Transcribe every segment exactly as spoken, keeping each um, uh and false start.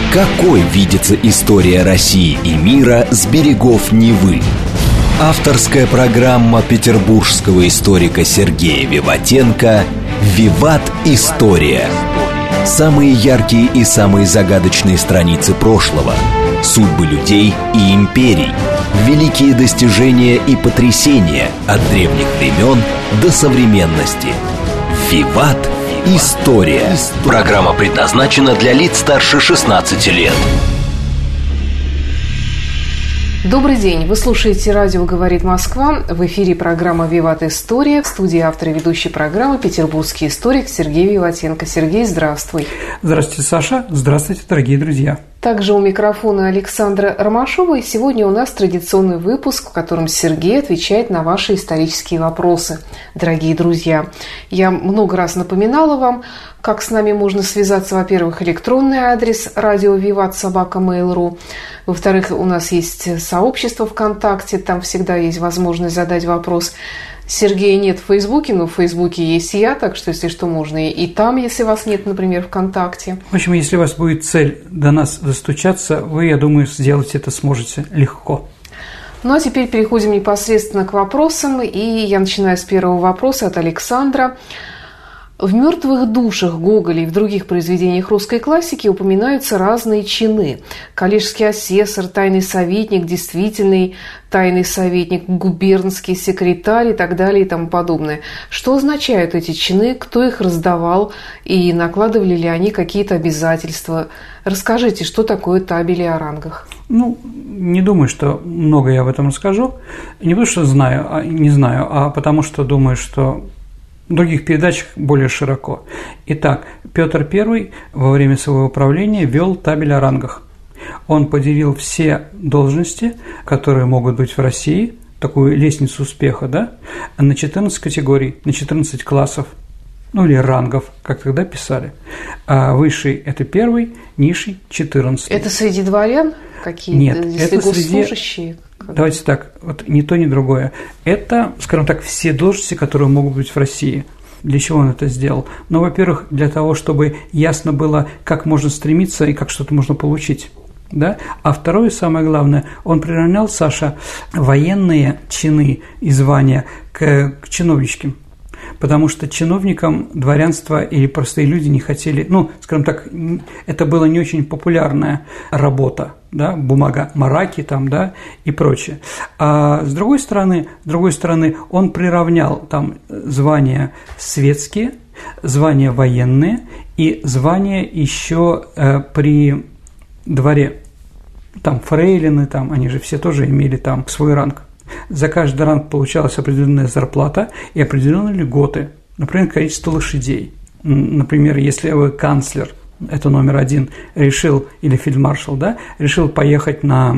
Какой видится история России и мира с берегов Невы? Авторская программа петербургского историка Сергея Виватенко «Виват. История». Самые яркие и самые загадочные страницы прошлого, судьбы людей и империй, великие достижения и потрясения от древних времен до современности. «Виват. История». Программа предназначена для лиц старше шестнадцати лет. Добрый день. Вы слушаете радио «Говорит Москва». В эфире программа «Виват. История». В студии автор и ведущий программы петербургский историк Сергей Виватенко. Сергей, здравствуй. Здравствуйте, Саша. Здравствуйте, дорогие друзья. Также у микрофона Александра Ромашова. И сегодня у нас традиционный выпуск, в котором Сергей отвечает на ваши исторические вопросы. Дорогие друзья, я много раз напоминала вам, как с нами можно связаться. Во-первых, электронный адрес радио виват собака мейл точка ру. Во-вторых, у нас есть сообщество ВКонтакте, там всегда есть возможность задать вопрос. Сергея нет в Фейсбуке, но в Фейсбуке есть я, так что, если что, можно и там, если вас нет, например, ВКонтакте. В общем, если у вас будет цель до нас достучаться, вы, я думаю, сделать это сможете легко. Ну, а теперь переходим непосредственно к вопросам, и я начинаю с первого вопроса от Александра. В «Мертвых душах» Гоголя и в других произведениях русской классики упоминаются разные чины. Коллежский асессор, тайный советник, действительный тайный советник, губернский секретарь и так далее и тому подобное. Что означают эти чины, кто их раздавал и накладывали ли они какие-то обязательства? Расскажите, что такое табели о рангах? Ну, не думаю, что много я об этом расскажу. Не потому, что знаю, а не знаю, а потому что думаю, что в других передачах более широко. Итак, Петр Первый во время своего правления ввел табель о рангах. Он поделил все должности, которые могут быть в России, такую лестницу успеха, да, на четырнадцать категорий, на четырнадцать классов, ну или рангов, как тогда писали. А высший – это первый, низший – четырнадцатый. Это среди дворян какие-то? Нет, если это госслужащие? Среди... Давайте так, вот ни то, ни другое. Это, скажем так, все должности, которые могут быть в России. Для чего он это сделал? Ну, во-первых, для того, чтобы ясно было, как можно стремиться и как что-то можно получить. Да? А второе, самое главное, он приравнял, Саша, военные чины и звания к, к чиновничьим. Потому что чиновникам дворянство или простые люди не хотели, ну, скажем так, это была не очень популярная работа, да, бумага мараки там, да, и прочее. А с другой стороны, с другой стороны, он приравнял там звания светские, звания военные и звания еще э, при дворе. Там фрейлины, там, они же все тоже имели там свой ранг. За каждый ранг получалась определенная зарплата и определенные льготы, например, количество лошадей. Например, если вы канцлер, это номер один, решил, или фельдмаршал, да, решил поехать на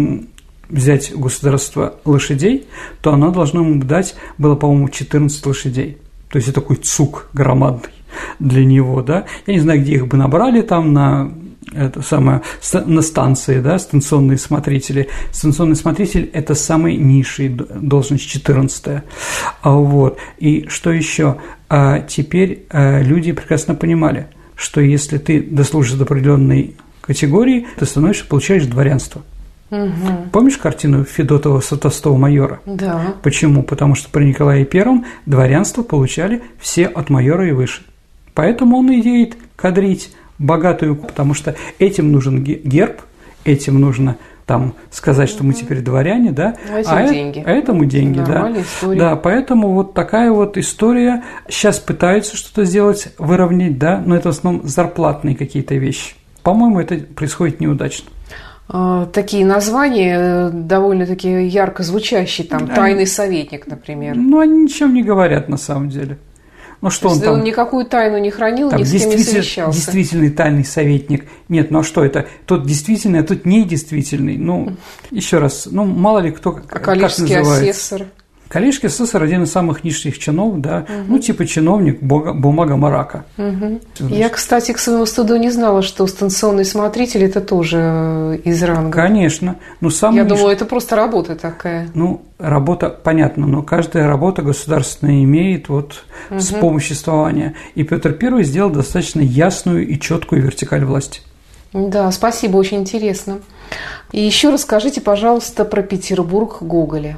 взять государство лошадей, то оно должно ему дать, было, по-моему, четырнадцать лошадей. То есть это такой цук громадный для него, да. Я не знаю, где их бы набрали там на... Это самое, на станции, да, станционные смотрители. Станционный смотритель – это самый низший должность, четырнадцатая. Вот. И что еще? А теперь люди прекрасно понимали, что если ты дослужишься до определенной категории, ты становишься, получаешь дворянство. Угу. Помнишь картину Федотова «Сватовство майора»? Да. Почему? Потому что при Николае Первом дворянство получали все от майора и выше. Поэтому он и идеет кадрить богатую, потому что этим нужен герб, этим нужно там сказать, что мы теперь дворяне, да, а, а, деньги. а этому деньги, да. История. Да, поэтому вот такая вот история. Сейчас пытаются что-то сделать, выровнять, да, но это в основном зарплатные какие-то вещи. По-моему, это происходит неудачно. Такие названия довольно-таки ярко звучащие, там, они... «Тайный советник», например. Ну, они ничем не говорят на самом деле. Ну, что он, там, он никакую тайну не хранил, там, ни с кем не совещался. Действительный тайный советник. Нет, ну а что это? Тот действительный, а тот недействительный. Ну, еще раз, ну, мало ли кто а коллежский асессор? Коллежский асессор – один из самых низших чинов, да, угу. Ну, типа чиновник, бумага марака. Угу. Я, кстати, к своему стыду не знала, что станционный смотритель – это тоже из ранга. Конечно. Ну, самый Я ниж... думала, это просто работа такая. Ну, работа, понятно, но каждая работа государственная имеет вот угу. вспомоществование. И Петр Первый сделал достаточно ясную и четкую вертикаль власти. Да, спасибо, очень интересно. И еще расскажите, пожалуйста, про Петербург Гоголя.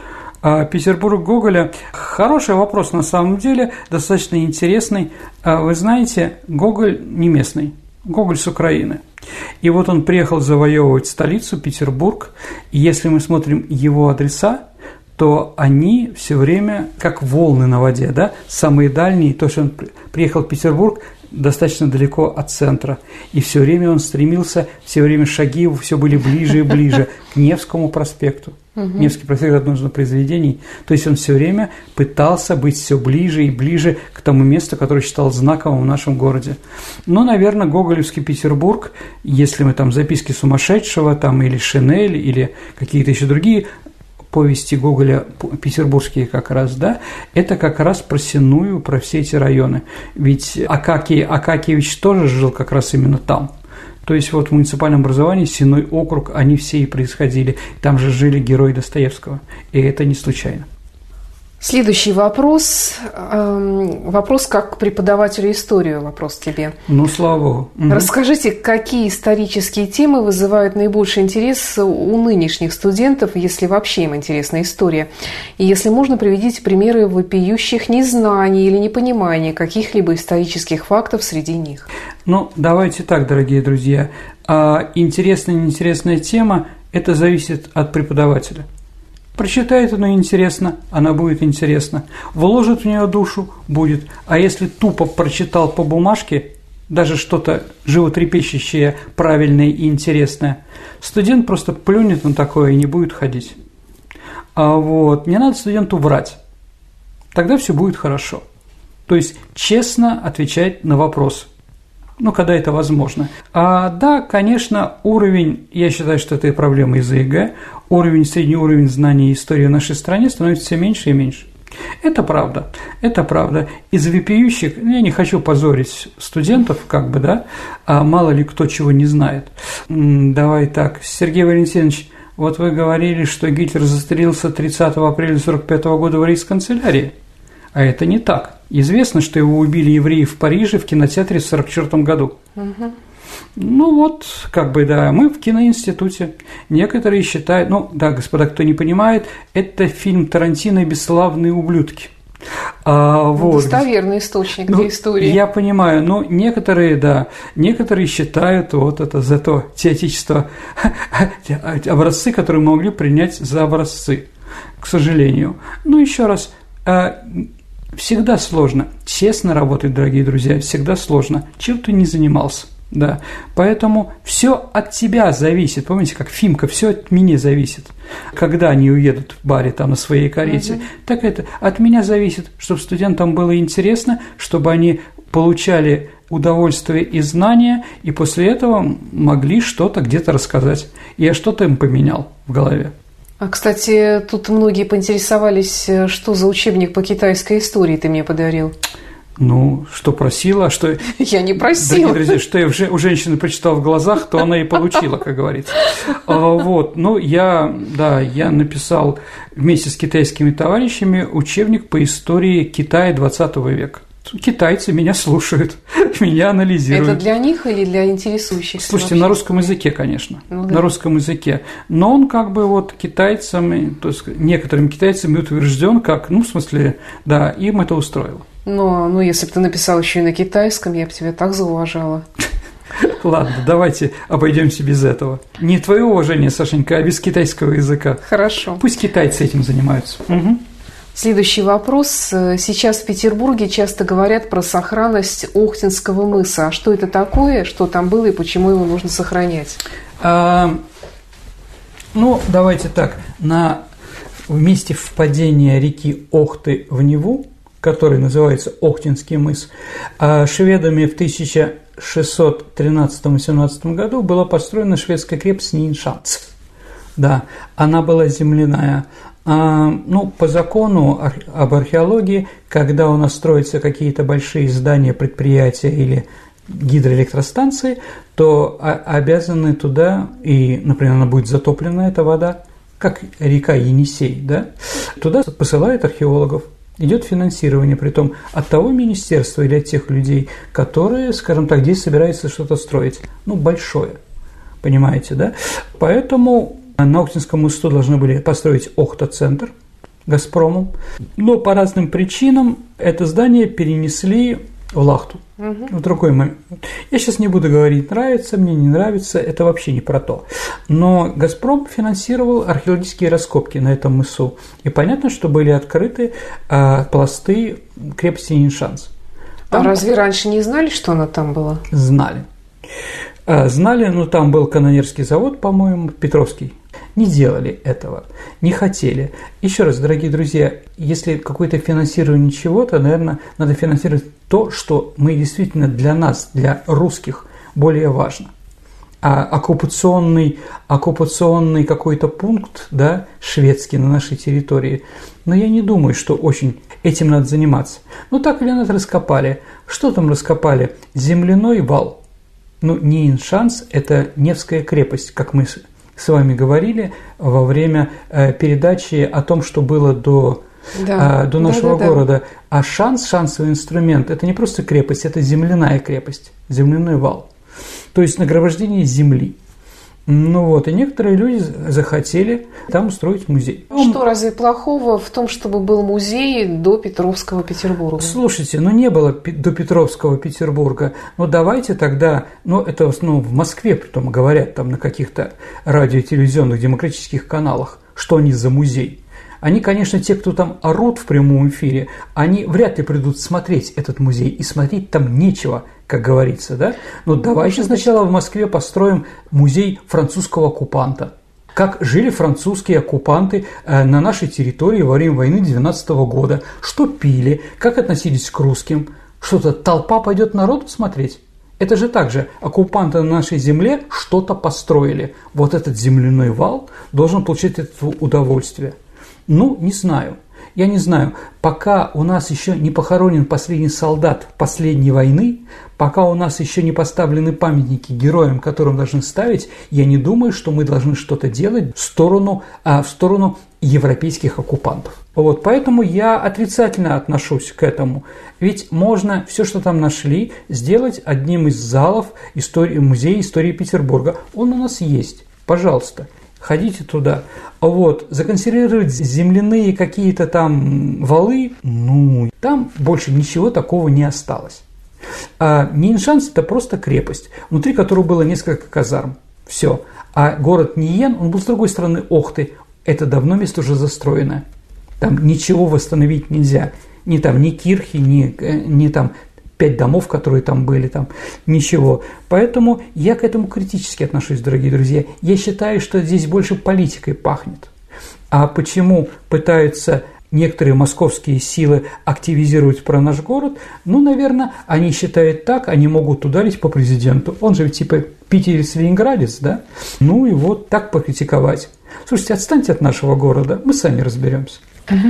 А Петербург Гоголя – хороший вопрос на самом деле, достаточно интересный. Вы знаете, Гоголь не местный, Гоголь с Украины. И вот он приехал завоевывать столицу, Петербург, и если мы смотрим его адреса, то они все время как волны на воде, да, самые дальние, то, что он приехал в Петербург, достаточно далеко от центра, и все время он стремился, все время шаги его все были ближе и ближе к Невскому проспекту. Угу. Невский проспект – одно из произведений, то есть он все время пытался быть все ближе и ближе к тому месту, которое считал знаковым в нашем городе. Но, наверное, гоголевский Петербург, если мы там «Записки сумасшедшего», там, или «Шинель», или какие-то еще другие повести Гоголя, петербургские как раз, да, это как раз про Сенную, про все эти районы. Ведь Акакий Акакиевич тоже жил как раз именно там. То есть вот в муниципальном образовании Сенной округ, они все и происходили. Там же жили герои Достоевского. И это не случайно. Следующий вопрос. Вопрос как к преподавателю истории. Вопрос тебе. Ну, слава богу. Угу. Расскажите, какие исторические темы вызывают наибольший интерес у нынешних студентов, если вообще им интересна история? И если можно, приведите примеры вопиющих незнаний или непонимания каких-либо исторических фактов среди них. Ну, давайте так, дорогие друзья. Интересная и неинтересная тема – это зависит от преподавателя. Прочитает она интересно, она будет интересна. Вложит в нее душу – будет. А если тупо прочитал по бумажке, даже что-то животрепещущее, правильное и интересное, студент просто плюнет на такое и не будет ходить. А вот не надо студенту врать. Тогда все будет хорошо. То есть честно отвечать на вопросы. Ну, когда это возможно. А, да, конечно, уровень, я считаю, что это и проблема из-за ЕГЭ, уровень, средний уровень знаний истории в нашей стране становится все меньше и меньше. Это правда, это правда. Из вопиющих, я не хочу позорить студентов, как бы, да, а мало ли кто чего не знает. Давай так, Сергей Валентинович, вот вы говорили, что Гитлер застрелился тридцатого апреля сорок пятого года в рейхсканцелярии. А это не так. Известно, что его убили евреи в Париже в кинотеатре в сорок четвёртом году. Угу. Ну вот, как бы, да, мы в киноинституте. Некоторые считают, ну да, господа, кто не понимает, это фильм Тарантино «Бесславные ублюдки». А, вот. Достоверный источник ну, для истории. Я понимаю, но некоторые, да, некоторые считают вот это за то, те отечества, образцы, которые мы могли принять за образцы, к сожалению. Ну, еще раз, всегда сложно. Честно работать, дорогие друзья, всегда сложно. Чем ты не занимался. Да. Поэтому все от тебя зависит. Помните, как Фимка, все от меня зависит. Когда они уедут в баре там на своей карете, угу. так это от меня зависит, чтобы студентам было интересно, чтобы они получали удовольствие и знания, и после этого могли что-то где-то рассказать. Я что-то им поменял в голове. А, кстати, тут многие поинтересовались, что за учебник по китайской истории ты мне подарил. Ну, что просила, а что… Я не просила. Дорогие друзья, что я у женщины прочитал в глазах, то она и получила, как говорится. Вот, ну, я, да, я написал вместе с китайскими товарищами учебник по истории Китая двадцатого века. Китайцы меня слушают, меня анализируют. Это для них или для интересующихся? Слушайте, вообще? На русском языке, конечно, ну, да. на русском языке. Но он как бы вот китайцам, то есть некоторым китайцам утвержден как, ну, в смысле, да, им это устроило. Но, ну, если бы ты написал еще и на китайском, я бы тебя так зауважала. Ладно, давайте обойдемся без этого. Не твое уважение, Сашенька, а без китайского языка. Хорошо. Пусть китайцы этим занимаются. Угу. Следующий вопрос. Сейчас в Петербурге часто говорят про сохранность Охтинского мыса. А что это такое, что там было и почему его нужно сохранять? А, ну, давайте так. На месте впадения реки Охты в Неву, который называется Охтинский мыс, шведами в тысяча шестьсот тринадцатом-семнадцатом году была построена шведская крепость Ниншанц. Да, она была земляная. А, ну, по закону об археологии, когда у нас строятся какие-то большие здания, предприятия или гидроэлектростанции, то обязаны туда, и, например, она будет затоплена, эта вода, как река Енисей, да, туда посылают археологов. идет финансирование, притом от того министерства или от тех людей, которые, скажем так, здесь собираются что-то строить, ну, большое, понимаете, да? Поэтому на Охтинском мосту должны были построить Охта-центр «Газпрому», но по разным причинам это здание перенесли в Лахту, угу. в другой момент. Я сейчас не буду говорить, нравится мне, не нравится, это вообще не про то. Но «Газпром» финансировал археологические раскопки на этом мысу. И понятно, что были открыты э, пласты крепости Ниншанс. Там... А разве раньше не знали, что она там была? Знали. Э, знали, но там был канонерский завод, по-моему, Петровский. Не делали этого, не хотели. Еще раз, дорогие друзья, если какое-то финансирование чего-то, наверное, надо финансировать то, что мы действительно для нас, для русских, более важно. А оккупационный, оккупационный какой-то пункт, да, шведский на нашей территории, но я не думаю, что очень этим надо заниматься. Ну, так или иначе раскопали. Что там раскопали? Земляной вал. Ну, Ниншанс – это Невская крепость, как мы с вами говорили во время э, передачи о том, что было до, да. э, до нашего да, да, города. Да. А шанс, шансовый инструмент – это не просто крепость, это земляная крепость, земляной вал. То есть нагромождение земли. Ну вот, и некоторые люди захотели там устроить музей. Что разве плохого в том, чтобы был музей до Петровского Петербурга? Слушайте, ну не было до Петровского Петербурга, ну давайте тогда, ну это ну, в Москве притом говорят там на каких-то радио, телевизионных, демократических каналах, что они за музей. Они, конечно, те, кто там орут в прямом эфире, они вряд ли придут смотреть этот музей, и смотреть там нечего, как говорится, да? Но давайте сначала в Москве построим музей французского оккупанта. Как жили французские оккупанты на нашей территории во время войны девятнадцатого года, что пили, как относились к русским, что-то толпа пойдет народу смотреть? Это же так же, оккупанты на нашей земле что-то построили. Вот этот земляной вал должен получить это удовольствие. Ну, не знаю. Я не знаю, пока у нас еще не похоронен последний солдат последней войны, пока у нас еще не поставлены памятники героям, которым должны ставить, я не думаю, что мы должны что-то делать в сторону, а, в сторону европейских оккупантов. Вот, поэтому я отрицательно отношусь к этому. Ведь можно все, что там нашли, сделать одним из залов истории, музея истории Петербурга. Он у нас есть. Пожалуйста. Ходите туда. Вот, законсервировать земляные какие-то там валы, ну, там больше ничего такого не осталось. А Ниншанс – это просто крепость, внутри которой было несколько казарм. Все. А город Ниен, он был с другой стороны Охты. Это давно место уже застроено. Там ничего восстановить нельзя. Ни там, ни кирхи, ни, ни там пять домов, которые там были, там ничего. Поэтому я к этому критически отношусь, дорогие друзья. Я считаю, что здесь больше политикой пахнет. А почему пытаются некоторые московские силы активизировать про наш город? Ну, наверное, они считают так, они могут ударить по президенту. Он же типа питерец-ленинградец, да? Ну и вот так покритиковать. Слушайте, отстаньте от нашего города, мы сами разберемся. Угу.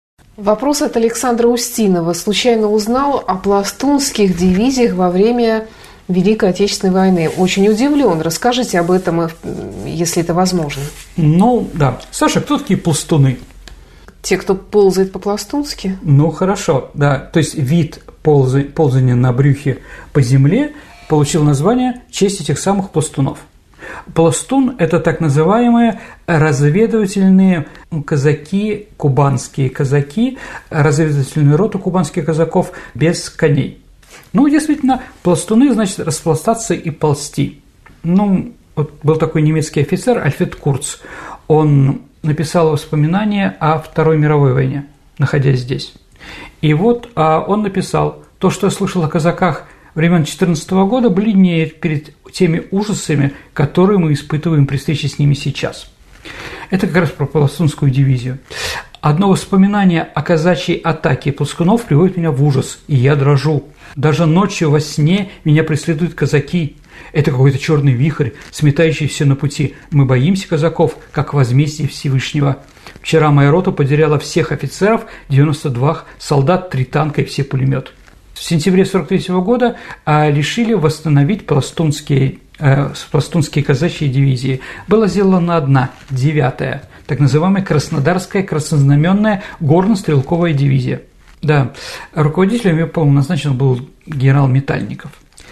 Вопрос от Александра Устинова. Случайно узнал о пластунских дивизиях во время Великой Отечественной войны. Очень удивлен. Расскажите об этом, если это возможно. Ну, да. Саша, кто такие пластуны? Те, кто ползает по-пластунски? Ну, хорошо, да. То есть вид полза... ползания на брюхе по земле получил название в честь этих самых пластунов. Пластун – это так называемые разведывательные казаки, кубанские казаки, разведывательную роту кубанских казаков без коней. Ну, действительно, пластуны, значит, распластаться и ползти. Ну, вот был такой немецкий офицер Альфред Курц, он написал воспоминания о Второй мировой войне, находясь здесь. И вот а, он написал: то, что я слышал о казаках времен четырнадцатого года, бледнеет перед теми ужасами, которые мы испытываем при встрече с ними сейчас. Это как раз про пластунскую дивизию. Одно воспоминание о казачьей атаке пластунов приводит меня в ужас, и я дрожу. Даже ночью во сне меня преследуют казаки. Это какой-то черный вихрь, сметающийся на пути. Мы боимся казаков, как возмездие Всевышнего. Вчера моя рота потеряла всех офицеров, девяносто два солдат, три танка и все пулеметы. В сентябре сорок третьего года а, решили восстановить пластунские, э, пластунские казачьи дивизии. Была сделана одна, девятая, так называемая Краснодарская краснознаменная горно-стрелковая дивизия. Да, руководителем, я помню, назначен был генерал Метальников.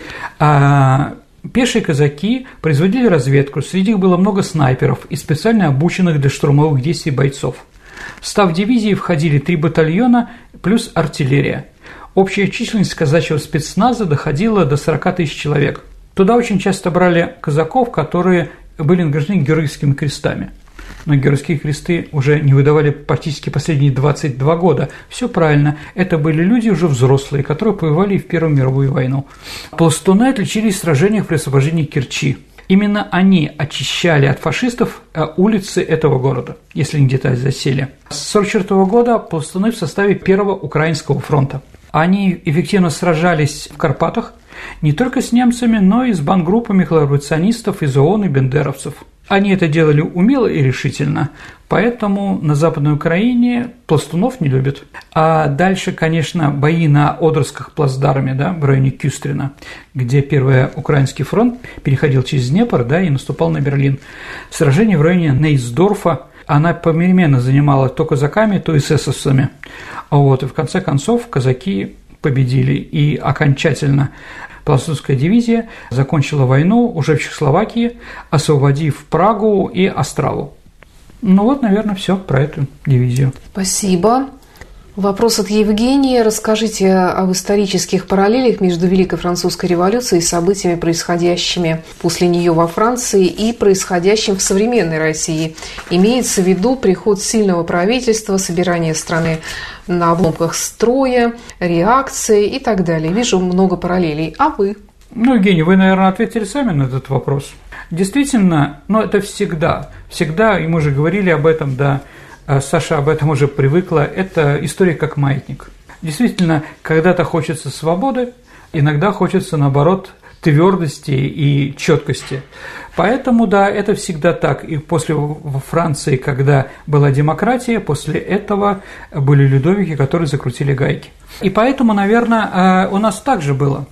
А пешие казаки производили разведку, среди них было много снайперов и специально обученных для штурмовых действий бойцов. В состав дивизии входили три батальона плюс артиллерия. Общая численность казачьего спецназа доходила до сорок тысяч человек. Туда очень часто брали казаков, которые были награждены героическими крестами. Но героические кресты уже не выдавали практически последние двадцать два года. Все правильно, это были люди уже взрослые, которые повоевали в Первую мировую войну. Пластуны отличились в сражениях при освобождении Керчи. Именно они очищали от фашистов улицы этого города, если они где-то засели. С сорок четвёртого года пластуны в составе Первого Украинского фронта. Они эффективно сражались в Карпатах не только с немцами, но и с бандгруппами коллаборационистов из ООН и бендеровцев. Они это делали умело и решительно, поэтому на Западной Украине пластунов не любят. А дальше, конечно, бои на Одерских плацдарме, да, в районе Кюстрина, где Первый Украинский фронт переходил через Днепр, да, и наступал на Берлин. Сражение в районе Нейсдорфа она попеременно занимала то казаками, то эсэсовцами. Вот, и в конце концов казаки победили, и окончательно пластунская дивизия закончила войну уже в Чехословакии, освободив Прагу и Остраву. Ну вот, наверное, все про эту дивизию. Спасибо. Вопрос от Евгения. Расскажите об исторических параллелях между Великой Французской революцией и событиями, происходящими после нее во Франции и происходящим в современной России. Имеется в виду приход сильного правительства, собирание страны на обломках строя, реакции и так далее. Вижу много параллелей. А вы? Ну, Евгений, вы, наверное, ответили сами на этот вопрос. Действительно, но это всегда, всегда, и мы уже говорили об этом, да, Саша об этом уже привыкла, это история как маятник. Действительно, когда-то хочется свободы, иногда хочется, наоборот, твердости и четкости. Поэтому, да, это всегда так. И после во Франции, когда была демократия, после этого были Людовики, которые закрутили гайки. И поэтому, наверное, у нас также было.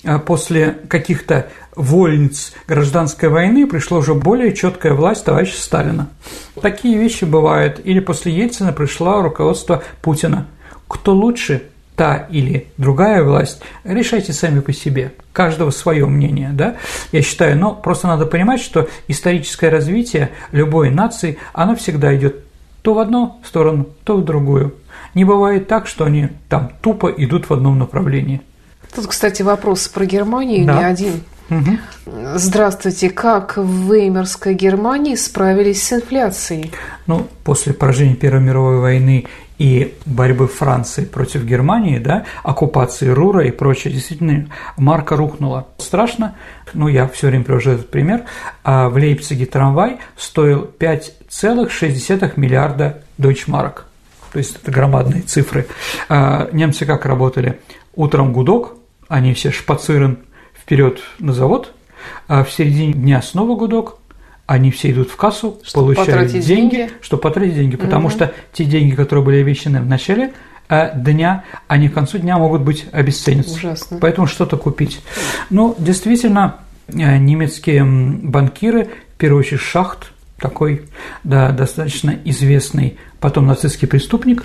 После каких-то вольниц гражданской войны пришла уже более четкая власть товарища Сталина. Такие вещи бывают. Или после Ельцина пришло руководство Путина. Кто лучше, та или другая власть, решайте сами по себе. Каждого свое мнение, да, я считаю. Но просто надо понимать, что историческое развитие любой нации, оно всегда идет то в одну сторону, то в другую. Не бывает так, что они там тупо идут в одном направлении. Тут, кстати, вопрос про Германию, да. Не один. Угу. Здравствуйте. Как в Веймарской Германии справились с инфляцией? Ну, после поражения Первой мировой войны и борьбы Франции против Германии, да, оккупации Рура и прочее, действительно, марка рухнула. Страшно, ну, я все время привожу этот пример. А в Лейпциге трамвай стоил пять целых шесть десятых миллиарда дойчмарок. То есть это громадные цифры. А немцы как работали? Утром гудок, они все шпацирен вперед на завод, а в середине дня снова гудок, они все идут в кассу, чтобы получают деньги, деньги, чтобы потратить деньги, потому угу. что те деньги, которые были обещаны в начале дня, они к концу дня могут быть обесценены. Ужасно. Поэтому что-то купить. Ну, действительно, немецкие банкиры, в первую очередь Шахт, такой, да, достаточно известный потом нацистский преступник,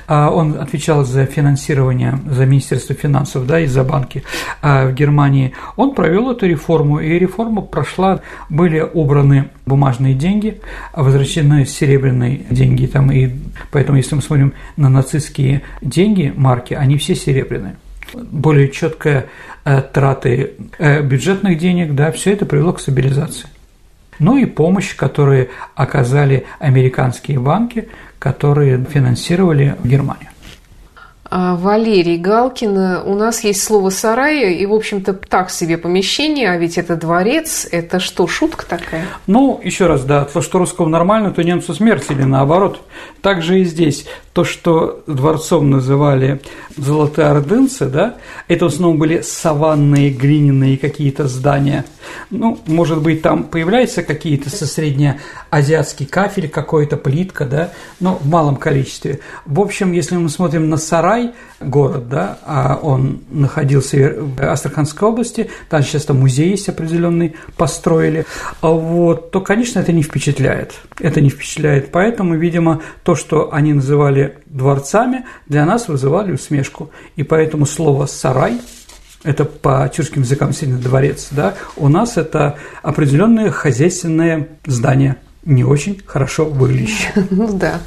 он отвечал за финансирование, за Министерство финансов, да, и за банки в Германии. Он провел эту реформу, и реформа прошла, были убраны бумажные деньги, возвращены серебряные деньги, там, и поэтому, если мы смотрим на нацистские деньги, марки, они все серебряные. Более четкая траты бюджетных денег, да, все это привело к стабилизации. Ну и помощь, которую оказали американские банки, которые финансировали Германию. Валерий Галкин. У нас есть слово «сарай», и, в общем-то, так себе помещение, а ведь это дворец. Это что, шутка такая? Ну, еще раз, да, то, что русскому нормально, то немцу смерть, или наоборот. Так же и здесь. То, что дворцом называли золотоордынцы, да, это в основном были саванные, глиняные какие-то здания. Ну, может быть, там появляются какие-то со среднеазиатский кафель, какой-то плитка, да, но в малом количестве. В общем, если мы смотрим на сарай, Сарай, город, да, а он находился в Астраханской области, там сейчас там музей есть определенный, построили, вот, то, конечно, это не впечатляет. Это не впечатляет, поэтому, видимо, то, что они называли дворцами, для нас вызывали усмешку. И поэтому слово «сарай», это по тюркским языкам сильно дворец, да, у нас это определенное хозяйственное здание, не очень хорошо выглядящее. Ну да.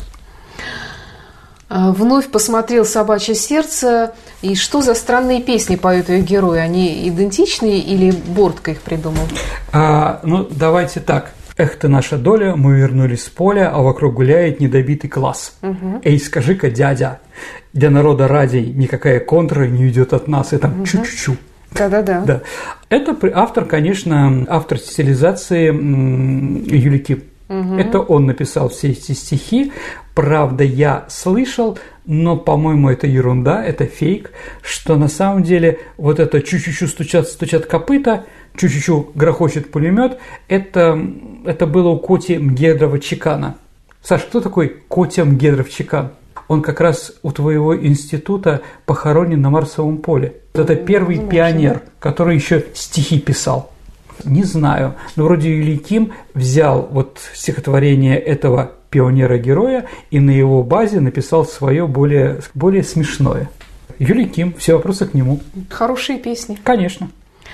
Вновь посмотрел «Собачье сердце». И что за странные песни поют ее герои? Они идентичные или Бортко их придумал? А, ну, давайте так. «Эх ты, наша доля, мы вернулись с поля, а вокруг гуляет недобитый класс. Угу. Эй, скажи-ка, дядя, для народа ради никакая контра не уйдет от нас». Это угу. чу-чу-чу. Да-да-да. Да. Это автор, конечно, автор стилизации Юлий Ким. Угу. Это он написал все эти стихи. Правда, я слышал, но, по-моему, это ерунда, это фейк, что на самом деле вот это чу-чу-чу стучат, стучат копыта, чу-чу-чу грохочет пулемет, это, это было у Коти Мгедрова-Чекана. Саш, кто такой Котя Мгедров-Чекан? Он как раз у твоего института похоронен на Марсовом поле. Это первый ну, пионер, который еще стихи писал. Не знаю, но вроде Юлий Ким взял вот стихотворение этого пионера-героя и на его базе написал свое более, более смешное. Юлий Ким, все вопросы к нему. Хорошие песни. Конечно.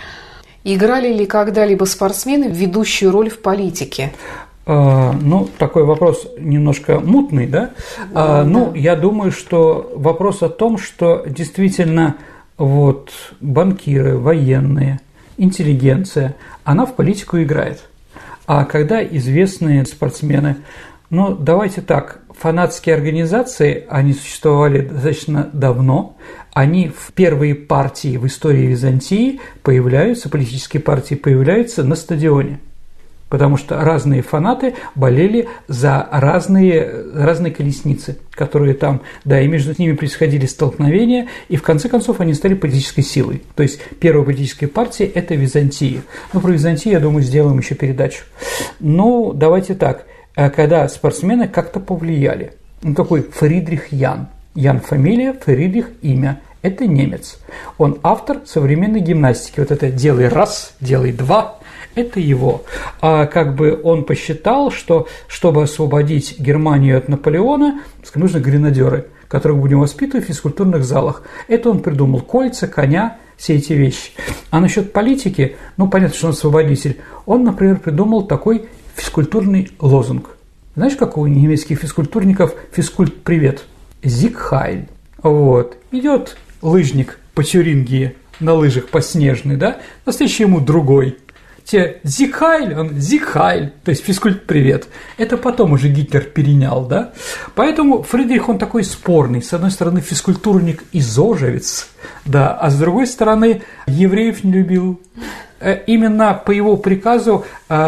Играли ли когда-либо спортсмены ведущую роль в политике? А, ну, такой вопрос немножко мутный, да? А, да. Ну, я думаю, что вопрос о том, что действительно вот банкиры, военные, интеллигенция, она в политику играет. А когда известные спортсмены, ну, давайте так, фанатские организации, они существовали достаточно давно, они в первые партии в истории Византии появляются, политические партии появляются на стадионе. Потому что разные фанаты болели за разные, разные колесницы, которые там, да, и между ними происходили столкновения, и в конце концов они стали политической силой. То есть первая политическая партия – это Византия. Ну, про Византию, я думаю, сделаем еще передачу. Ну, давайте так, когда спортсмены как-то повлияли. Ну, такой Фридрих Ян. Ян – фамилия, Фридрих – имя. Это немец. Он автор современной гимнастики. Вот это «делай раз», «делай два». Это его. А как бы он посчитал, что чтобы освободить Германию от Наполеона, нужны гренадеры, которых будем воспитывать в физкультурных залах. Это он придумал: кольца, коня, все эти вещи. А насчет политики, ну, понятно, что он освободитель. Он, например, придумал такой физкультурный лозунг. Знаешь, как у немецких физкультурников физкульт-привет? «Зиг Хайль». Вот. Идет лыжник по Тюрингии на лыжах по снежной, да? Настоящий ему другой. Те «Зиг Хайль», он «Зиг Хайль», то есть физкульт-привет. Это потом уже Гитлер перенял, да? Поэтому Фридрих, он такой спорный. С одной стороны, физкультурник и зожевец, да, а с другой стороны, евреев не любил. Именно по его приказу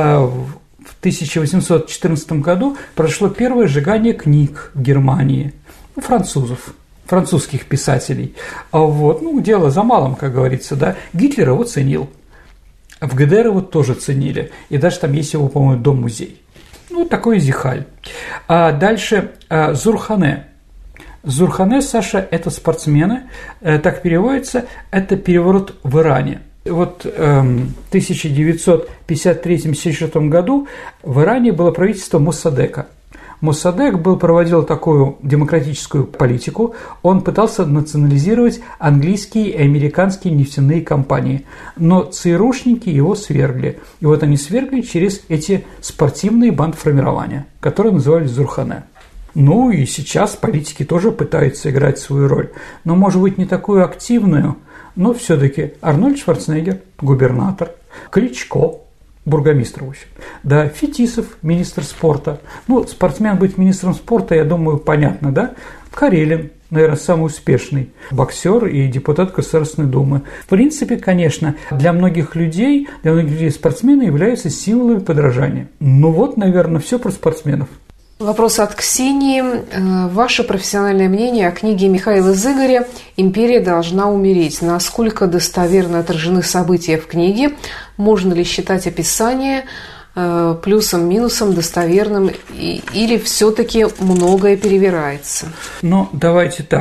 в тысяча восемьсот четырнадцатом году прошло первое сжигание книг в Германии, у французов, французских писателей. Вот. Ну, дело за малым, как говорится, да. Гитлер его ценил. В ГДР его тоже ценили, и даже там есть его, по-моему, дом-музей. Ну, такой Зихаль. А дальше а, Зурхане. Зурхане, Саша, это спортсмены, э, так переводится, это переворот в Иране. Вот э, в тысяча девятьсот пятьдесят третьем — пятьдесят четвёртом году в Иране было правительство Моссадека. Моссадек был, проводил такую демократическую политику, он пытался национализировать английские и американские нефтяные компании, но ЦРУшники его свергли. И вот они свергли через эти спортивные бандформирования, которые назывались Зурхане. Ну и сейчас политики тоже пытаются играть свою роль, но, может быть, не такую активную, но все-таки Арнольд Шварценеггер, губернатор, Кличко, бургомистр, в общем. Да, Фетисов, министр спорта. Ну, спортсмен быть министром спорта, я думаю, понятно, да? Карелин, наверное, самый успешный боксер и депутат Государственной Думы. В принципе, конечно, для многих людей, для многих людей спортсмены являются символами подражания. Ну вот, наверное, все про спортсменов. Вопрос от Ксении. Ваше профессиональное мнение о книге Михаила Зыгоря «Империя должна умереть». Насколько достоверно отражены события в книге? Можно ли считать описание плюсом-минусом достоверным? Или все-таки многое перевирается? Ну, давайте так.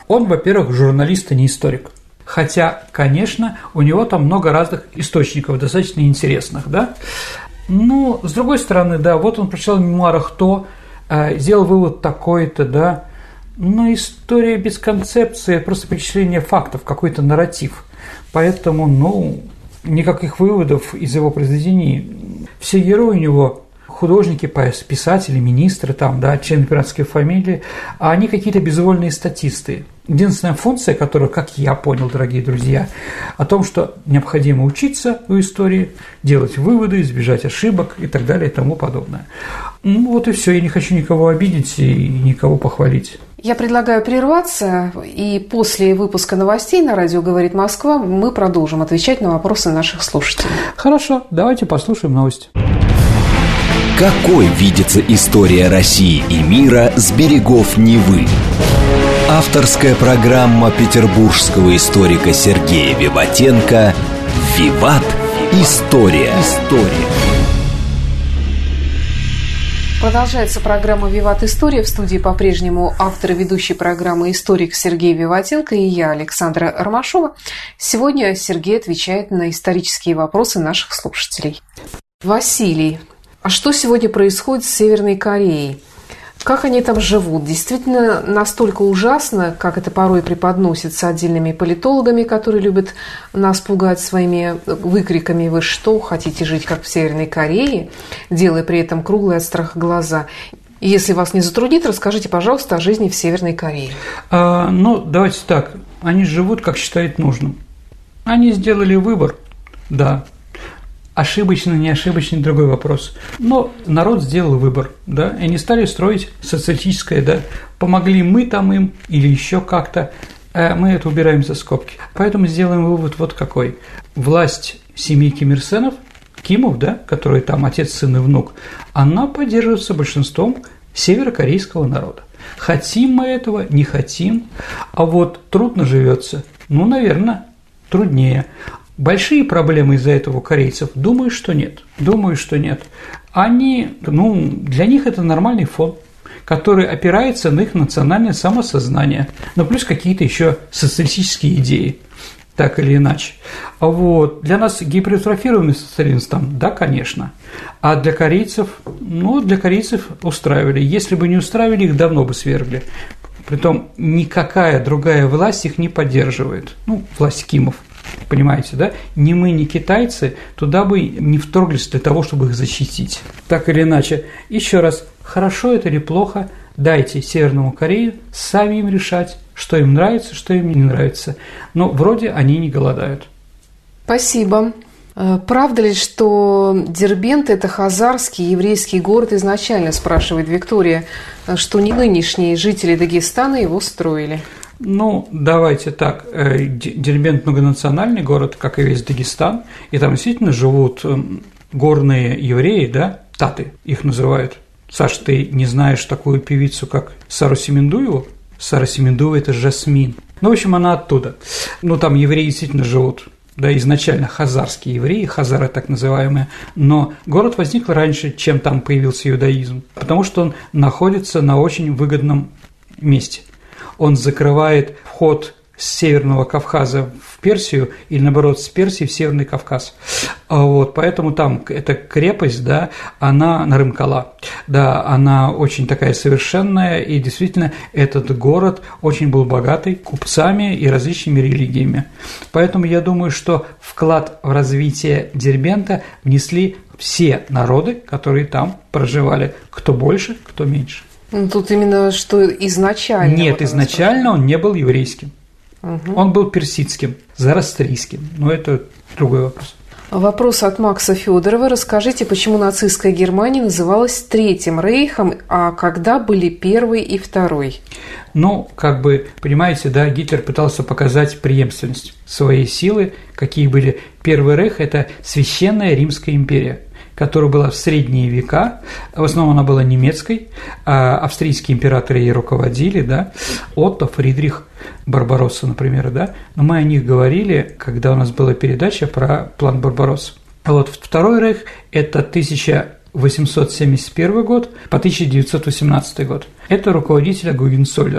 Он, во-первых, журналист, а не историк. Хотя, конечно, у него там много разных источников, достаточно интересных, да. Ну, с другой стороны, да, вот он прочитал в мемуарах то, э, сделал вывод такой-то, да. Но история без концепции – это просто перечисление фактов, какой-то нарратив. Поэтому, ну, никаких выводов из его произведений. Все герои у него художники, писатели, министры, там, да, члены пиратской фамилии, а они какие-то безвольные статисты. Единственная функция, которая, как я понял, дорогие друзья, о том, что необходимо учиться у истории, делать выводы, избежать ошибок и так далее и тому подобное. Ну вот и все, я не хочу никого обидеть и никого похвалить. Я предлагаю прерваться, и после выпуска новостей на радио «Говорит Москва» мы продолжим отвечать на вопросы наших слушателей. Хорошо, давайте послушаем новости. Какой видится история России и мира с берегов Невы? Авторская программа петербургского историка Сергея Виватенко «Виват. История». История. Продолжается программа «Виват. История». В студии по-прежнему автор и ведущий программы историк Сергей Виватенко и я, Александра Ромашова. Сегодня Сергей отвечает на исторические вопросы наших слушателей. Василий, а что сегодня происходит с Северной Кореей? Как они там живут? Действительно настолько ужасно, как это порой преподносится отдельными политологами, которые любят нас пугать своими выкриками: «Вы что, хотите жить, как в Северной Корее?», делая при этом круглые от страха глаза. И если вас не затруднит, расскажите, пожалуйста, о жизни в Северной Корее. А, ну, давайте так. Они живут, как считают нужным. Они сделали выбор, да. Ошибочно, не ошибочно – другой вопрос. Но народ сделал выбор, да, и они стали строить социалистическое, да, помогли мы там им или еще как-то, а мы это убираем за скобки. Поэтому сделаем вывод вот какой. Власть семьи Ким Ир Сенов, Кимов, да, которые там отец, сын и внук, она поддерживается большинством северокорейского народа. Хотим мы этого, не хотим, а вот трудно живется, ну, наверное, труднее. Большие проблемы из-за этого у корейцев? Думаю, что нет. Думаю, что нет. Они, ну, для них это нормальный фон, который опирается на их национальное самосознание, но плюс какие-то еще социалистические идеи, так или иначе. Вот. Для нас гипертрофированный социализм там, да, конечно. А для корейцев, ну, для корейцев устраивали. Если бы не устраивали, их давно бы свергли. Притом никакая другая власть их не поддерживает. Ну, власть Кимов. Понимаете, да? Ни мы, ни китайцы туда бы не вторглись для того, чтобы их защитить. Так или иначе, еще раз, хорошо это или плохо, дайте Северному Корее сами им решать, что им нравится, что им не нравится. Но вроде они не голодают. Спасибо. Правда ли, что Дербент – это хазарский еврейский город изначально, спрашивает Виктория, что не нынешние жители Дагестана его строили? Ну, давайте так, Дербент многонациональный город, как и весь Дагестан, и там действительно живут горные евреи, да, таты их называют. Саш, ты не знаешь такую певицу, как Сару Семендуеву? Сара Семендуева – это Жасмин. Ну, в общем, она оттуда. Ну, там евреи действительно живут. Да, изначально хазарские евреи, хазары так называемые, но город возник раньше, чем там появился иудаизм, потому что он находится на очень выгодном месте. Он закрывает вход с Северного Кавказа в Персию или, наоборот, с Персии в Северный Кавказ. Вот, поэтому там эта крепость, да, она Нарымкала, да, она очень такая совершенная, и действительно этот город очень был богатый купцами и различными религиями. Поэтому я думаю, что вклад в развитие Дербента внесли все народы, которые там проживали, кто больше, кто меньше. Ну, тут именно что изначально. Нет, изначально он не был еврейским. Угу. Он был персидским, зороастрийским. Но это другой вопрос. Вопрос от Макса Федорова. Расскажите, почему нацистская Германия называлась Третьим Рейхом, а когда были Первый и Второй? Ну, как бы, понимаете, да, Гитлер пытался показать преемственность своей силы, какие были. Первый Рейх – это Священная Римская империя, которая была в средние века, в основном она была немецкой, а австрийские императоры ей руководили, да, Отто, Фридрих, Барбаросса, например, да, но мы о них говорили, когда у нас была передача про план Барбаросса. Вот Второй Рейх – это тысяча восемьсот семьдесят первый год по тысяча девятьсот восемнадцатый год. Это руководителя Гогенцоллернов.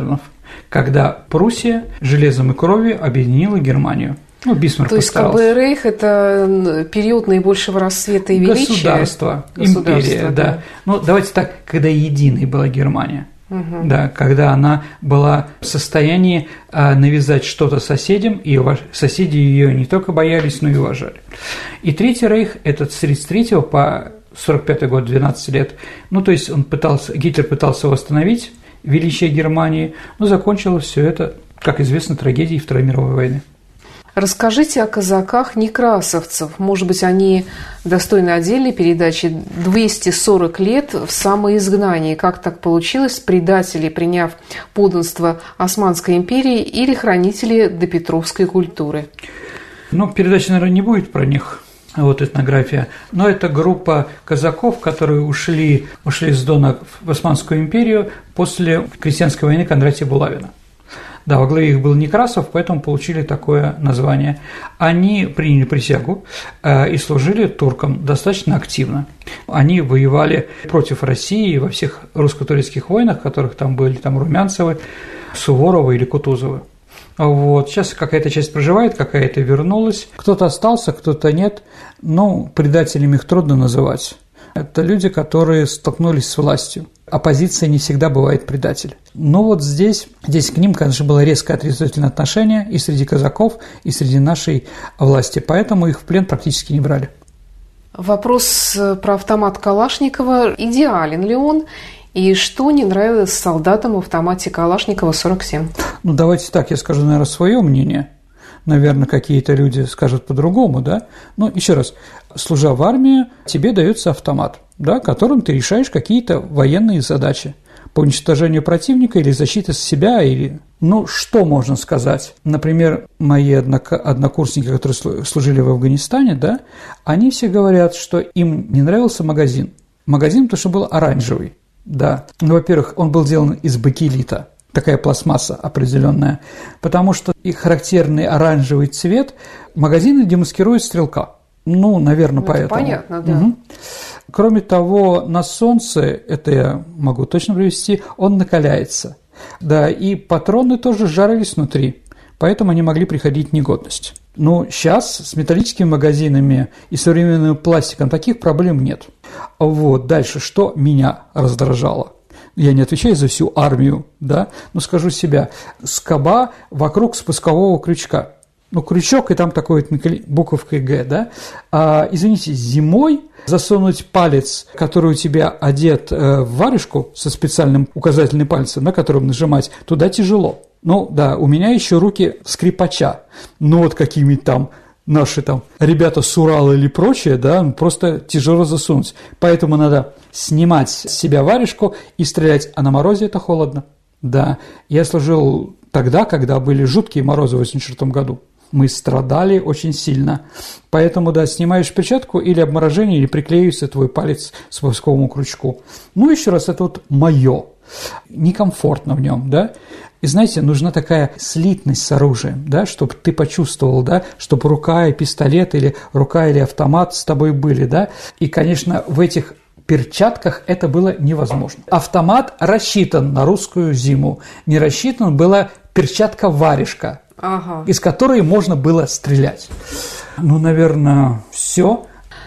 когда Пруссия железом и кровью объединила Германию. Ну, Бисмарк То есть, как бы Рейх – это период наибольшего расцвета и величия? Государство, империя, да. да. Ну, давайте так, когда единой была Германия. Угу. Да, когда она была в состоянии а, навязать что-то соседям, и уваж... соседи ее не только боялись, но и уважали. И Третий Рейх – это с тридцать третьего по сорок пятый год, двенадцать лет. Ну, то есть он пытался, Гитлер пытался восстановить величие Германии, но закончилось все это, как известно, трагедией Второй мировой войны. Расскажите о казаках-некрасовцев. Может быть, они достойны отдельной передачи. двести сорок лет в самоизгнании. Как так получилось? Предатели, приняв подданство Османской империи, или хранители допетровской культуры? Ну, передачи, наверное, не будет про них, вот этнография. Но это группа казаков, которые ушли, ушли с Дона в Османскую империю после крестьянской войны Кондратия Булавина. Да, во главе их был Некрасов, поэтому получили такое название. Они приняли присягу э, и служили туркам достаточно активно. Они воевали против России во всех русско-турецких войнах, в которых там были там Румянцевы, Суворовы или Кутузовы. Вот. Сейчас какая-то часть проживает, какая-то вернулась. Кто-то остался, кто-то нет. Но предателями их трудно называть. Это люди, которые столкнулись с властью. Оппозиция не всегда бывает предатель. Но вот здесь, здесь к ним, конечно, было резкое отрицательное отношение и среди казаков, и среди нашей власти. Поэтому их в плен практически не брали. Вопрос про автомат Калашникова. Идеален ли он? И что не нравилось солдатам в автомате Калашникова сорок семь? Ну, давайте так, я скажу, наверное, свое мнение. Наверное, какие-то люди скажут по-другому, да? Но еще раз, служа в армии, тебе дается автомат, да, которым ты решаешь какие-то военные задачи по уничтожению противника или защите себя, или… Ну, что можно сказать? Например, мои однокурсники, которые служили в Афганистане, да, они все говорят, что им не нравился магазин. Магазин, потому что был оранжевый, да. Ну, во-первых, он был сделан из бакелита. Такая пластмасса определенная, потому что их характерный оранжевый цвет магазины демаскируют стрелка. Ну, наверное, ну, поэтому. Понятно, да. Угу. Кроме того, на солнце, это я могу точно привести, он накаляется. Да, и патроны тоже жарились внутри, поэтому они могли приходить в негодность. Но сейчас с металлическими магазинами и современным пластиком таких проблем нет. Вот, дальше, что меня раздражало. Я не отвечаю за всю армию, да, но скажу себя, скоба вокруг спускового крючка. Ну, крючок, и там такой вот буковкой «Г», да. А, извините, зимой засунуть палец, который у тебя одет э, в варежку со специальным указательным пальцем, на котором нажимать, туда тяжело. Ну, да, у меня еще руки скрипача, ну, вот какими-то там наши там ребята с Урала или прочее, да, просто тяжело засунуть. Поэтому надо снимать с себя варежку и стрелять, а на морозе это холодно. Да, я служил тогда, когда были жуткие морозы в восемьдесят четвёртом году. Мы страдали очень сильно. Поэтому, да, снимаешь перчатку или обморожение, или приклеивается твой палец к спусковому крючку. Ну, еще раз, это вот мое. Некомфортно в нем, да. И, знаете, нужна такая слитность с оружием, да, чтобы ты почувствовал, да, чтобы рука и пистолет, или рука или автомат с тобой были, да. И, конечно, в этих перчатках это было невозможно. Автомат рассчитан на русскую зиму. Не рассчитан была перчатка-варежка, ага. из которой можно было стрелять. Ну, наверное, все.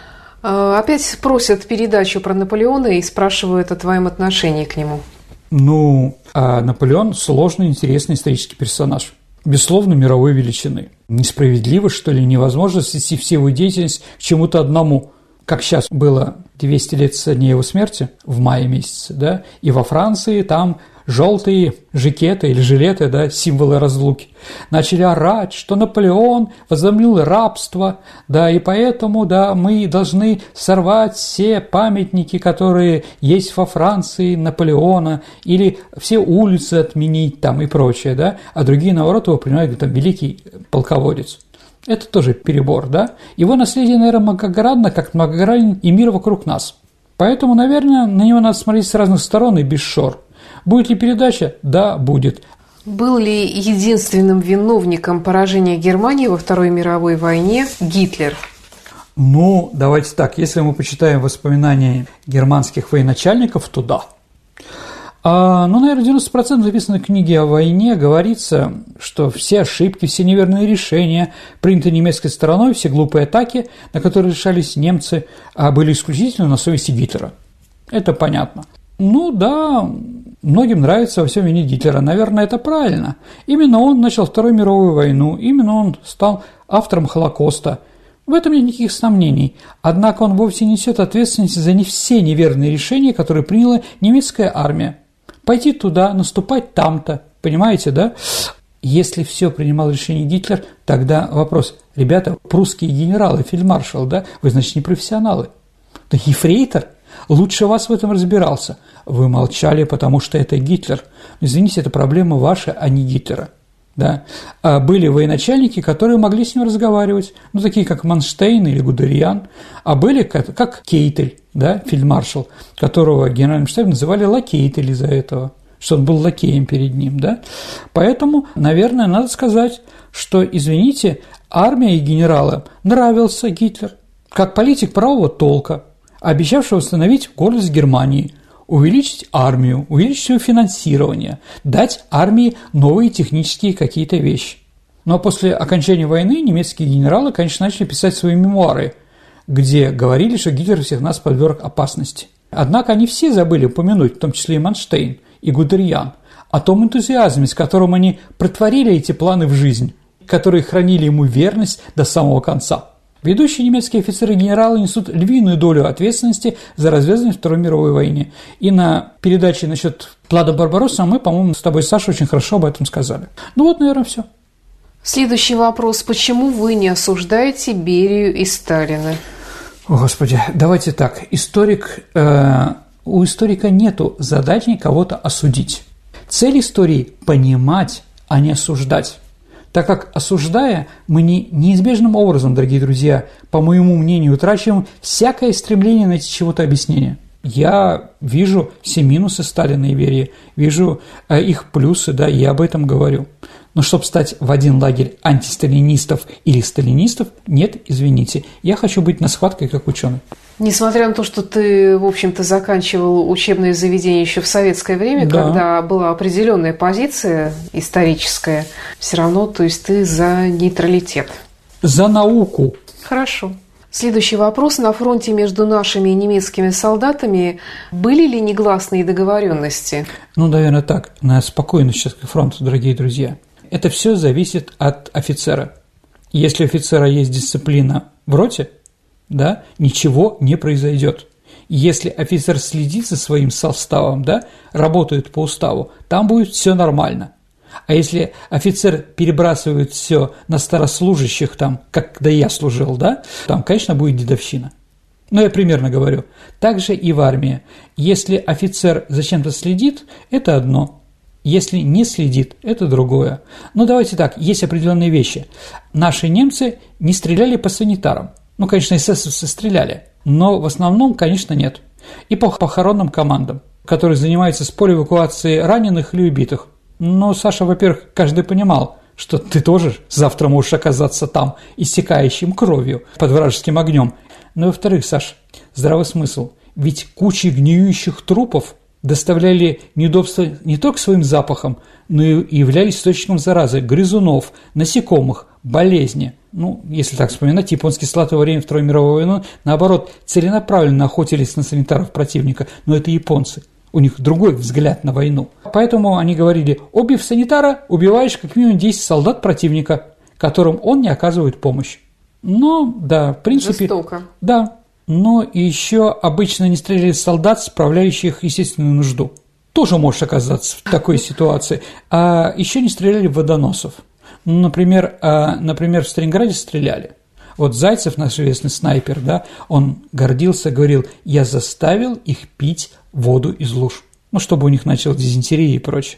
Опять просят передачу про Наполеона и спрашивают о твоем отношении к нему. Ну, а Наполеон – сложный, интересный исторический персонаж. Безусловно, мировой величины. Несправедливо, что ли, невозможно свести всю его деятельность к чему-то одному. Как сейчас было двести лет со дня его смерти, в мае месяце, да, и во Франции там желтые жакеты или жилеты, да, символы разлуки, начали орать, что Наполеон возобновил рабство, да, и поэтому, да, мы должны сорвать все памятники, которые есть во Франции Наполеона, или все улицы отменить там и прочее, да, а другие, наоборот, его принимают, там, великий полководец. Это тоже перебор, да? Его наследие, наверное, многогранно, как многогранен и мир вокруг нас. Поэтому, наверное, на него надо смотреть с разных сторон и без шор. Будет ли передача? Да, будет. Был ли единственным виновником поражения Германии во Второй мировой войне Гитлер? Ну, давайте так, если мы почитаем воспоминания германских военачальников, то да. А, ну, наверное, девяносто процентов написанной книги о войне говорится, что все ошибки, все неверные решения, принятые немецкой стороной, все глупые атаки, на которые решались немцы, были исключительно на совести Гитлера. Это понятно. Ну да, многим нравится во всем винить Гитлера. Наверное, это правильно. Именно он начал Вторую мировую войну, именно он стал автором Холокоста. В этом нет никаких сомнений. Однако он вовсе не несет ответственности за не все неверные решения, которые приняла немецкая армия. Пойти туда, наступать там-то, понимаете, да? Если все принимал решение Гитлер, тогда вопрос: ребята, прусские генералы, фельдмаршал, да, вы, значит, не профессионалы. Да ефрейтор лучше вас в этом разбирался. Вы молчали, потому что это Гитлер. Извините, это проблема ваша, а не Гитлера. Да. А были военачальники, которые могли с ним разговаривать, ну, такие как Манштейн или Гудериан, а были как, как Кейтель, да, фельдмаршал, которого генеральным штабом называли лакейтель из-за этого, что он был лакеем перед ним, да. Поэтому, наверное, надо сказать, что, извините, армия и генералам нравился Гитлер, как политик правого толка, обещавший восстановить гордость Германии, увеличить армию, увеличить ее финансирование, дать армии новые технические какие-то вещи. Но после окончания войны немецкие генералы, конечно, начали писать свои мемуары, где говорили, что Гитлер всех нас подверг опасности. Однако они все забыли упомянуть, в том числе и Манштейн, и Гудериан, о том энтузиазме, с которым они претворили эти планы в жизнь, которые хранили ему верность до самого конца. Ведущие немецкие офицеры и генералы несут львиную долю ответственности за развязывание Второй мировой войны. И на передаче насчет плана Барбаросса мы, по-моему, с тобой, Саша, очень хорошо об этом сказали. Ну вот, наверное, все. Следующий вопрос. Почему вы не осуждаете Берию и Сталина? О, Господи, давайте так. Историк, э, у историка нету задачи кого-то осудить. Цель истории – понимать, а не осуждать. Так как, осуждая, мы не, неизбежным образом, дорогие друзья, по моему мнению, утрачиваем всякое стремление найти чего-то объяснение. Я вижу все минусы Сталина и Берии, вижу э, их плюсы, да, и я об этом говорю. Но чтобы стать в один лагерь антисталинистов или сталинистов, нет, извините, я хочу быть на схватке как ученый. Несмотря на то, что ты, в общем-то, заканчивал учебное заведение еще в советское время, да, когда была определенная позиция историческая, все равно, то есть ты за нейтралитет. За науку. Хорошо. Следующий вопрос. На фронте между нашими и немецкими солдатами были ли негласные договоренности? Ну, наверное, так. На спокойный сейчас фронт, дорогие друзья. Это все зависит от офицера. Если у офицера есть дисциплина в роте, да, ничего не произойдет. Если офицер следит за своим составом, да, работает по уставу, там будет все нормально. А если офицер перебрасывает все на старослужащих, там, как когда я служил, да, там, конечно, будет дедовщина. Но я примерно говорю. Так же и в армии. Если офицер за чем-то следит, это одно. Если не следит, это другое. Но давайте так, есть определенные вещи. Наши немцы не стреляли по санитарам. Ну, конечно, эсэсовцы стреляли, но в основном, конечно, нет. И по похоронным командам, которые занимаются с поля эвакуации раненых или убитых. Но, Саша, во-первых, каждый понимал, что ты тоже завтра можешь оказаться там, истекающим кровью, под вражеским огнем. Но, во-вторых, Саша, здравый смысл. Ведь кучи гниющих трупов доставляли неудобства не только своим запахом, но и являлись источником заразы грызунов, насекомых, болезни. Ну, если так вспоминать, японские солдаты во время Второй мировой войны, наоборот, целенаправленно охотились на санитаров противника, но это японцы. У них другой взгляд на войну. Поэтому они говорили: убив санитара, убиваешь как минимум десять солдат противника, которым он не оказывает помощь. Но, да, в принципе... Жестоко. Да. Но еще обычно не стреляли солдат, справляющих естественную нужду. Тоже можешь оказаться в такой ситуации. А еще не стреляли в водоносов. Ну, например, например, в Сталинграде стреляли. Вот Зайцев, наш известный снайпер, да, он гордился, говорил: я заставил их пить воду из луж, ну, чтобы у них началась дизентерия и прочее.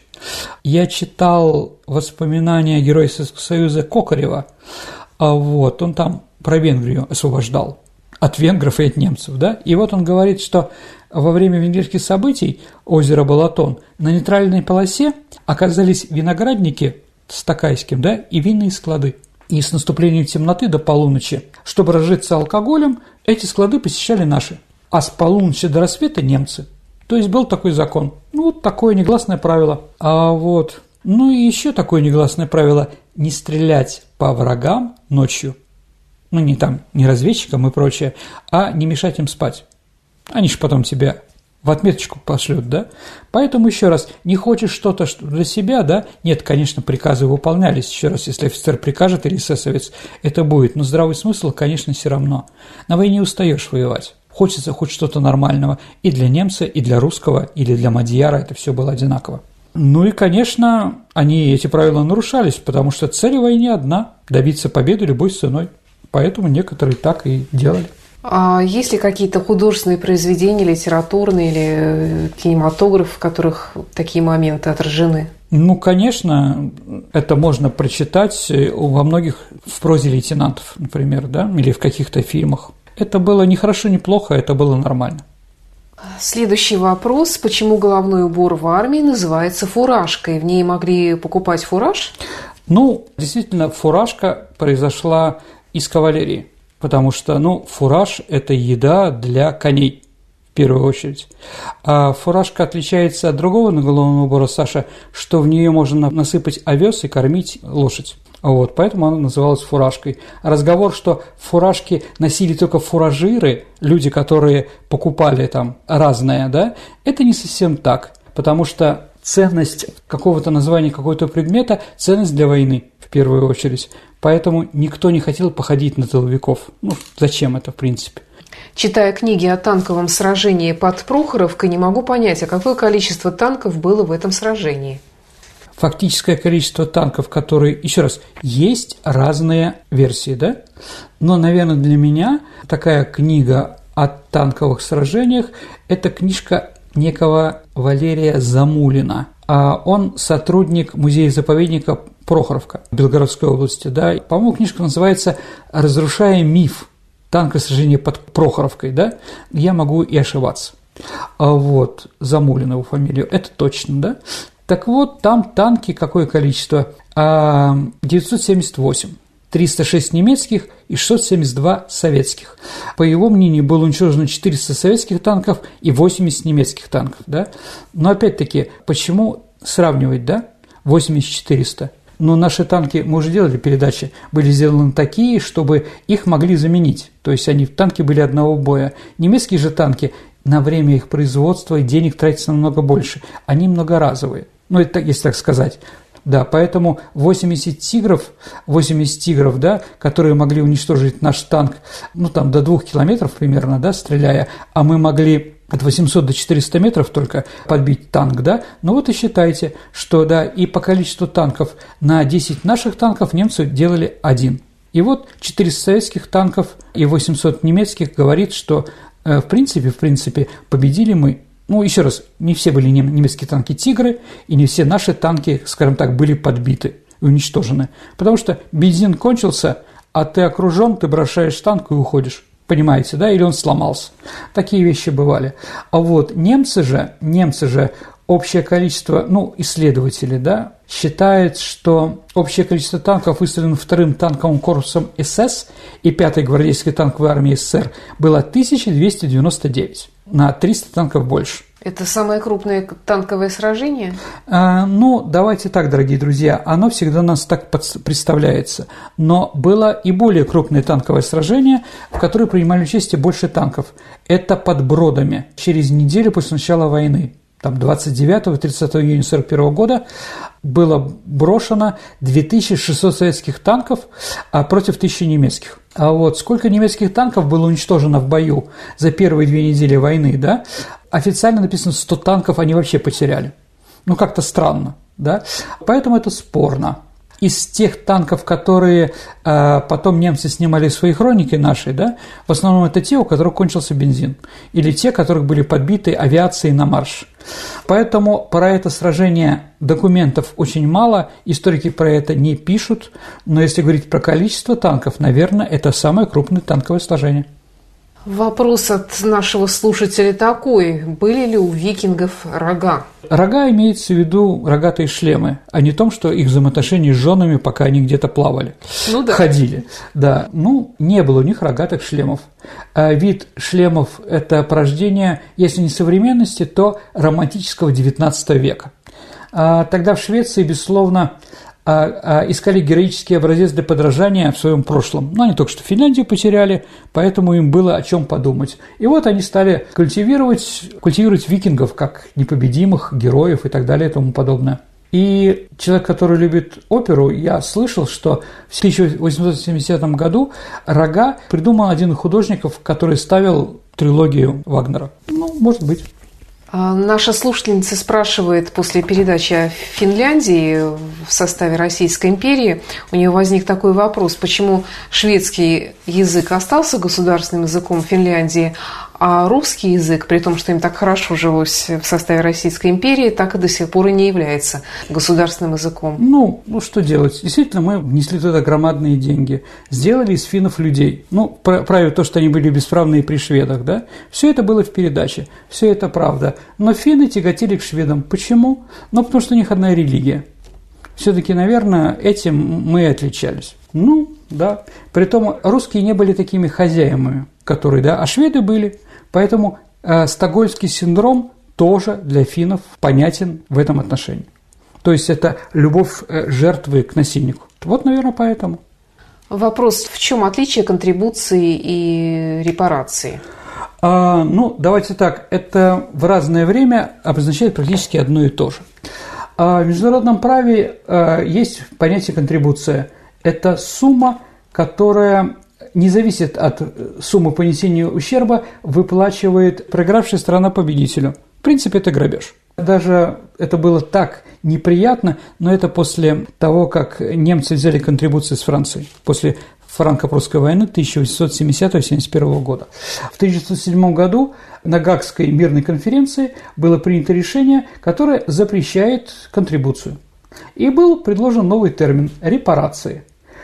Я читал воспоминания героя Советского Союза Кокарева, а вот, он там про Венгрию освобождал от венгров и от немцев, да, и вот он говорит, что во время венгерских событий озера Балатон на нейтральной полосе оказались виноградники с Токайским, да, и винные склады. И с наступлением темноты до полуночи, чтобы разжиться алкоголем, эти склады посещали наши, а с полуночи до рассвета немцы. То есть был такой закон. Ну, вот такое негласное правило. А вот, ну и еще такое негласное правило – не стрелять по врагам ночью. Ну, не там, не разведчикам и прочее, а не мешать им спать. Они же потом тебя в отметочку пошлют, да? Поэтому еще раз, не хочешь что-то для себя, да? Нет, конечно, приказы выполнялись. Еще раз, если офицер прикажет или эсэсовец, это будет. Но здравый смысл, конечно, все равно. На войне устаешь воевать. Хочется хоть что-то нормального и для немца, и для русского, или для мадьяра, это все было одинаково. Ну и, конечно, они, эти правила нарушались, потому что цель в войне одна – добиться победы любой ценой. Поэтому некоторые так и делали. А есть ли какие-то художественные произведения, литературные или кинематограф, в которых такие моменты отражены? Ну, конечно, это можно прочитать во многих в прозе лейтенантов, например, да, или в каких-то фильмах. Это было не хорошо, не плохо, это было нормально. Следующий вопрос. Почему головной убор в армии называется фуражкой? В ней могли покупать фураж? Ну, действительно, фуражка произошла из кавалерии, потому что, ну, фураж – это еда для коней, в первую очередь. А фуражка отличается от другого наголовного убора, Саша, что в нее можно насыпать овес и кормить лошадь. Вот, поэтому она называлась фуражкой. Разговор, что фуражки носили только фуражиры, люди, которые покупали там разное, да, это не совсем так, потому что ценность какого-то названия какого-то предмета – ценность для войны, в первую очередь. Поэтому никто не хотел походить на тыловиков. Ну, зачем это, в принципе? Читая книги о танковом сражении под Прохоровкой, не могу понять, а какое количество танков было в этом сражении? Фактическое количество танков, которые, еще раз, есть разные версии, да? Но, наверное, для меня такая книга о танковых сражениях – это книжка некого Валерия Замулина. А он сотрудник музея-заповедника Прохоровка в Белгородской области, да? По-моему, книжка называется «Разрушая миф танкосражения под Прохоровкой», да? Я могу и ошибаться. А вот Замулин его фамилию, это точно, да? Так вот, там танки какое количество? девятьсот семьдесят восемь. триста шесть немецких и шестьсот семьдесят два советских. По его мнению, было уничтожено четыреста советских танков и восемьдесят немецких танков. Да? Но опять-таки, почему сравнивать, да? восемьдесят четыреста? Но наши танки, мы уже делали передачи, были сделаны такие, чтобы их могли заменить. То есть они танки были одного боя. Немецкие же танки, на время их производства и денег тратится намного больше. Они многоразовые. Ну, это если так сказать. Да, поэтому восемьдесят тигров, восемьдесят тигров, да, которые могли уничтожить наш танк, ну, там, до двух километров примерно, да, стреляя, а мы могли от восьмисот до четырёхсот метров только подбить танк, да, ну, вот и считайте, что, да, и по количеству танков на десять наших танков немцы делали один. И вот четыреста советских танков и восемьсот немецких говорит, что, э, в принципе, в принципе, победили мы. Ну, еще раз, не все были немецкие танки «Тигры», и не все наши танки, скажем так, были подбиты и уничтожены. Потому что бензин кончился, а ты окружен, ты бросаешь танк и уходишь. Понимаете, да? Или он сломался. Такие вещи бывали. А вот немцы же, немцы же, общее количество, ну, исследователи, да, считают, что общее количество танков, выстреленных вторым танковым корпусом СС и пятой гвардейской танковой армией СССР, было тысяча двести девяносто девять. На триста танков больше. Это самое крупное танковое сражение? А, ну, давайте так, дорогие друзья, оно всегда нас так представляется. Но было и более крупное танковое сражение, в которое принимали участие больше танков. Это под Бродами, через неделю после начала войны. Там двадцать девятого - тридцатого июня сорок первого года было брошено две тысячи шестьсот советских танков а против тысячи немецких. А вот сколько немецких танков было уничтожено в бою за первые две недели войны, да? Официально написано сто танков они вообще потеряли. Ну, как-то странно, да? Поэтому это спорно. Из тех танков, которые э, потом немцы снимали в свои хроники наши, да, в основном это те, у которых кончился бензин, или те, которых были подбиты авиацией на марш. Поэтому про это сражение документов очень мало, историки про это не пишут, но если говорить про количество танков, наверное, это самое крупное танковое сражение. Вопрос от нашего слушателя такой. Были ли у викингов рога? Рога имеется в виду рогатые шлемы, а не том, что их взаимоотношения с женами, пока они где-то плавали, ну, да. ходили. Да, ну, не было у них рогатых шлемов. А вид шлемов – это порождение, если не современности, то романтического девятнадцатого века. А тогда в Швеции, безусловно, искали героический образец для подражания в своем прошлом. Но они только что Финляндию потеряли, поэтому им было о чем подумать. И вот они стали культивировать, культивировать викингов как непобедимых героев и так далее и тому подобное. И человек, который любит оперу, я слышал, что в тысяча восемьсот семидесятом году рога придумал один из художников, который ставил трилогию Вагнера. Ну, может быть. Наша слушательница спрашивает после передачи о Финляндии в составе Российской империи, у нее возник такой вопрос, почему шведский язык остался государственным языком Финляндии, а русский язык, при том, что им так хорошо жилось в составе Российской империи, так и до сих пор и не является государственным языком. Ну, ну что делать? Действительно, мы внесли туда громадные деньги, сделали из финнов людей. Ну, правильно то, что они были бесправные при шведах, да? Все это было в передаче, все это правда. Но финны тяготели к шведам. Почему? Ну, потому что у них одна религия. Все-таки, наверное, этим мы и отличались. Ну, да. Притом русские не были такими хозяевами, которые, да, а шведы были. Поэтому э, стокгольмский синдром тоже для финнов понятен в этом отношении. То есть это любовь э, жертвы к насильнику. Вот, наверное, поэтому. Вопрос, в чем отличие контрибуции и репарации? А, ну, давайте так, это в разное время обозначает практически одно и то же. А в международном праве а, есть понятие контрибуция. Это сумма, которая не зависит от суммы понесения ущерба, выплачивает проигравшая сторона победителю. В принципе, это грабеж. Даже это было так неприятно, но это после того, как немцы взяли контрибуцию с Францией, после франко-прусской войны тысяча восемьсот семидесятого — семьдесят первого года. В тысяча девятьсот седьмом году на Гаагской мирной конференции было принято решение, которое запрещает контрибуцию. И был предложен новый термин – репарации.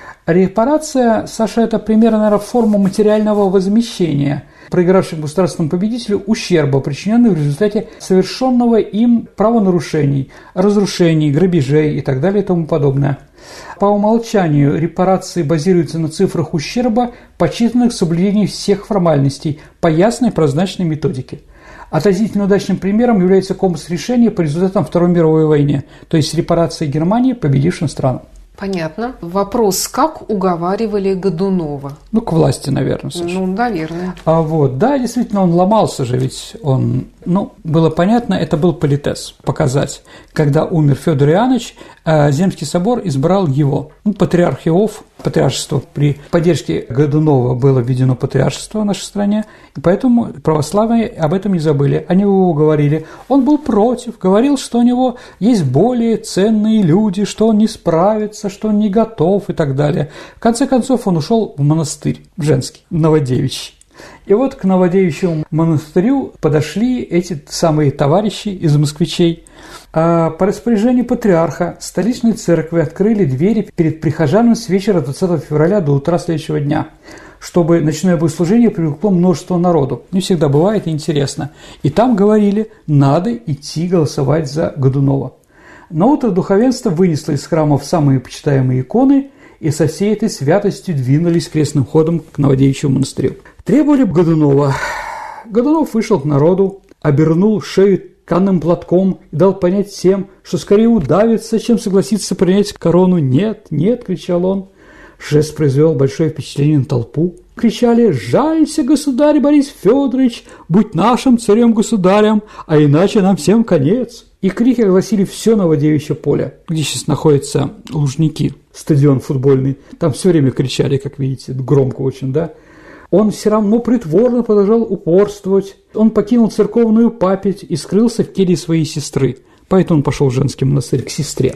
Репарация, Саша, это примерно, наверное, форма материального возмещения проигравшему государственному победителю ущерба, причиненного в результате совершенного им правонарушений, разрушений, грабежей и так далее и тому подобное. По умолчанию репарации базируются на цифрах ущерба, подсчитанных с соблюдением всех формальностей по ясной прозрачной методике. Относительно удачным примером является компас решения по результатам Второй мировой войны, то есть репарации Германии победившим странам. Понятно. Вопрос, как уговаривали Годунова? Ну, к власти, наверное, Саша. Ну, наверное. А вот, да, действительно, он ломался же, ведь он, ну, было понятно, это был политес, показать. Когда умер Федор Иоаннович, Земский собор избрал его. Ну, патриарх Иов, патриаршество при поддержке Годунова было введено патриаршество в нашей стране, и поэтому православные об этом не забыли. Они его говорили. Он был против, говорил, что у него есть более ценные люди, что он не справится, что он не готов и так далее. В конце концов, он ушел в монастырь женский, Новодевичий. И вот к Новодевичьему монастырю подошли эти самые товарищи из москвичей. А по распоряжению патриарха столичной церкви открыли двери перед прихожанами с вечера двадцатого февраля до утра следующего дня, чтобы ночное богослужение привлекло множество народу. Не всегда бывает и интересно. И там говорили, надо идти голосовать за Годунова. На утро духовенство вынесло из храмов самые почитаемые иконы и со всей этой святостью двинулись крестным ходом к Новодевичьему монастырю. Требовали Годунова. Годунов вышел к народу, обернул шею тканым платком и дал понять всем, что скорее удавится, чем согласится принять корону. «Нет, нет!» – кричал он. Жест произвел большое впечатление на толпу. Кричали: «Жалься, государь Борис Федорович, будь нашим царем-государем, а иначе нам всем конец!» И крики огласили все Новодевичье поле, где сейчас находятся Лужники, стадион футбольный. Там все время кричали, как видите, громко очень, да? Он все равно притворно продолжал упорствовать. Он покинул церковную папять и скрылся в келье своей сестры. Поэтому он пошел в женский монастырь к сестре.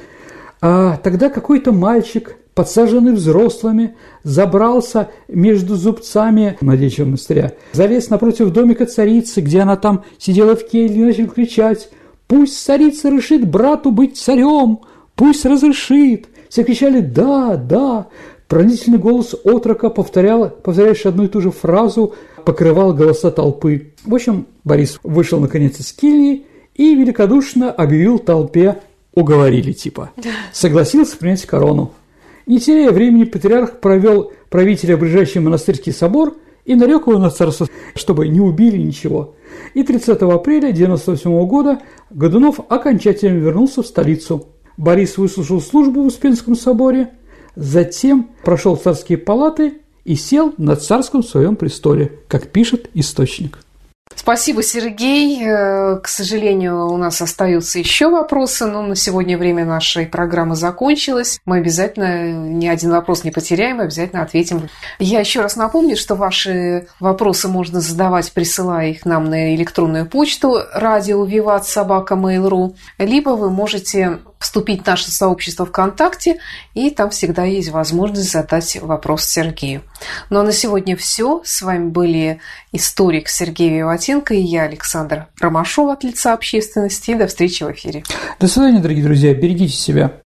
А тогда какой-то мальчик, подсаженный взрослыми, забрался между зубцами Новодевичьего монастыря, залез напротив домика царицы, где она там сидела в келье, и начал кричать: «Пусть царица решит брату быть царем! Пусть разрешит!» Все кричали: «Да, да!» Пронзительный голос отрока повторял, повторяющий одну и ту же фразу, покрывал голоса толпы. В общем, Борис вышел наконец из кельи и великодушно объявил толпе, уговорили типа, согласился принять корону. Не теряя времени, патриарх провел правителя в ближайший монастырский собор и нарек его на царство, чтобы не убили ничего. И тридцатого апреля девяносто восьмого года Годунов окончательно вернулся в столицу. Борис выслушал службу в Успенском соборе, затем прошел царские палаты и сел на царском своем престоле, как пишет источник. Спасибо, Сергей. К сожалению, у нас остаются еще вопросы, но на сегодня время нашей программы закончилось. Мы обязательно ни один вопрос не потеряем, обязательно ответим. Я еще раз напомню, что ваши вопросы можно задавать, присылая их нам на электронную почту радио виват собака мейл точка ру, либо вы можете вступить в наше сообщество ВКонтакте, и там всегда есть возможность задать вопрос Сергею. Ну а на сегодня все. С вами были историк Сергей Виватенко и я, Александра Ромашова, от лица общественности. И до встречи в эфире. До свидания, дорогие друзья. Берегите себя.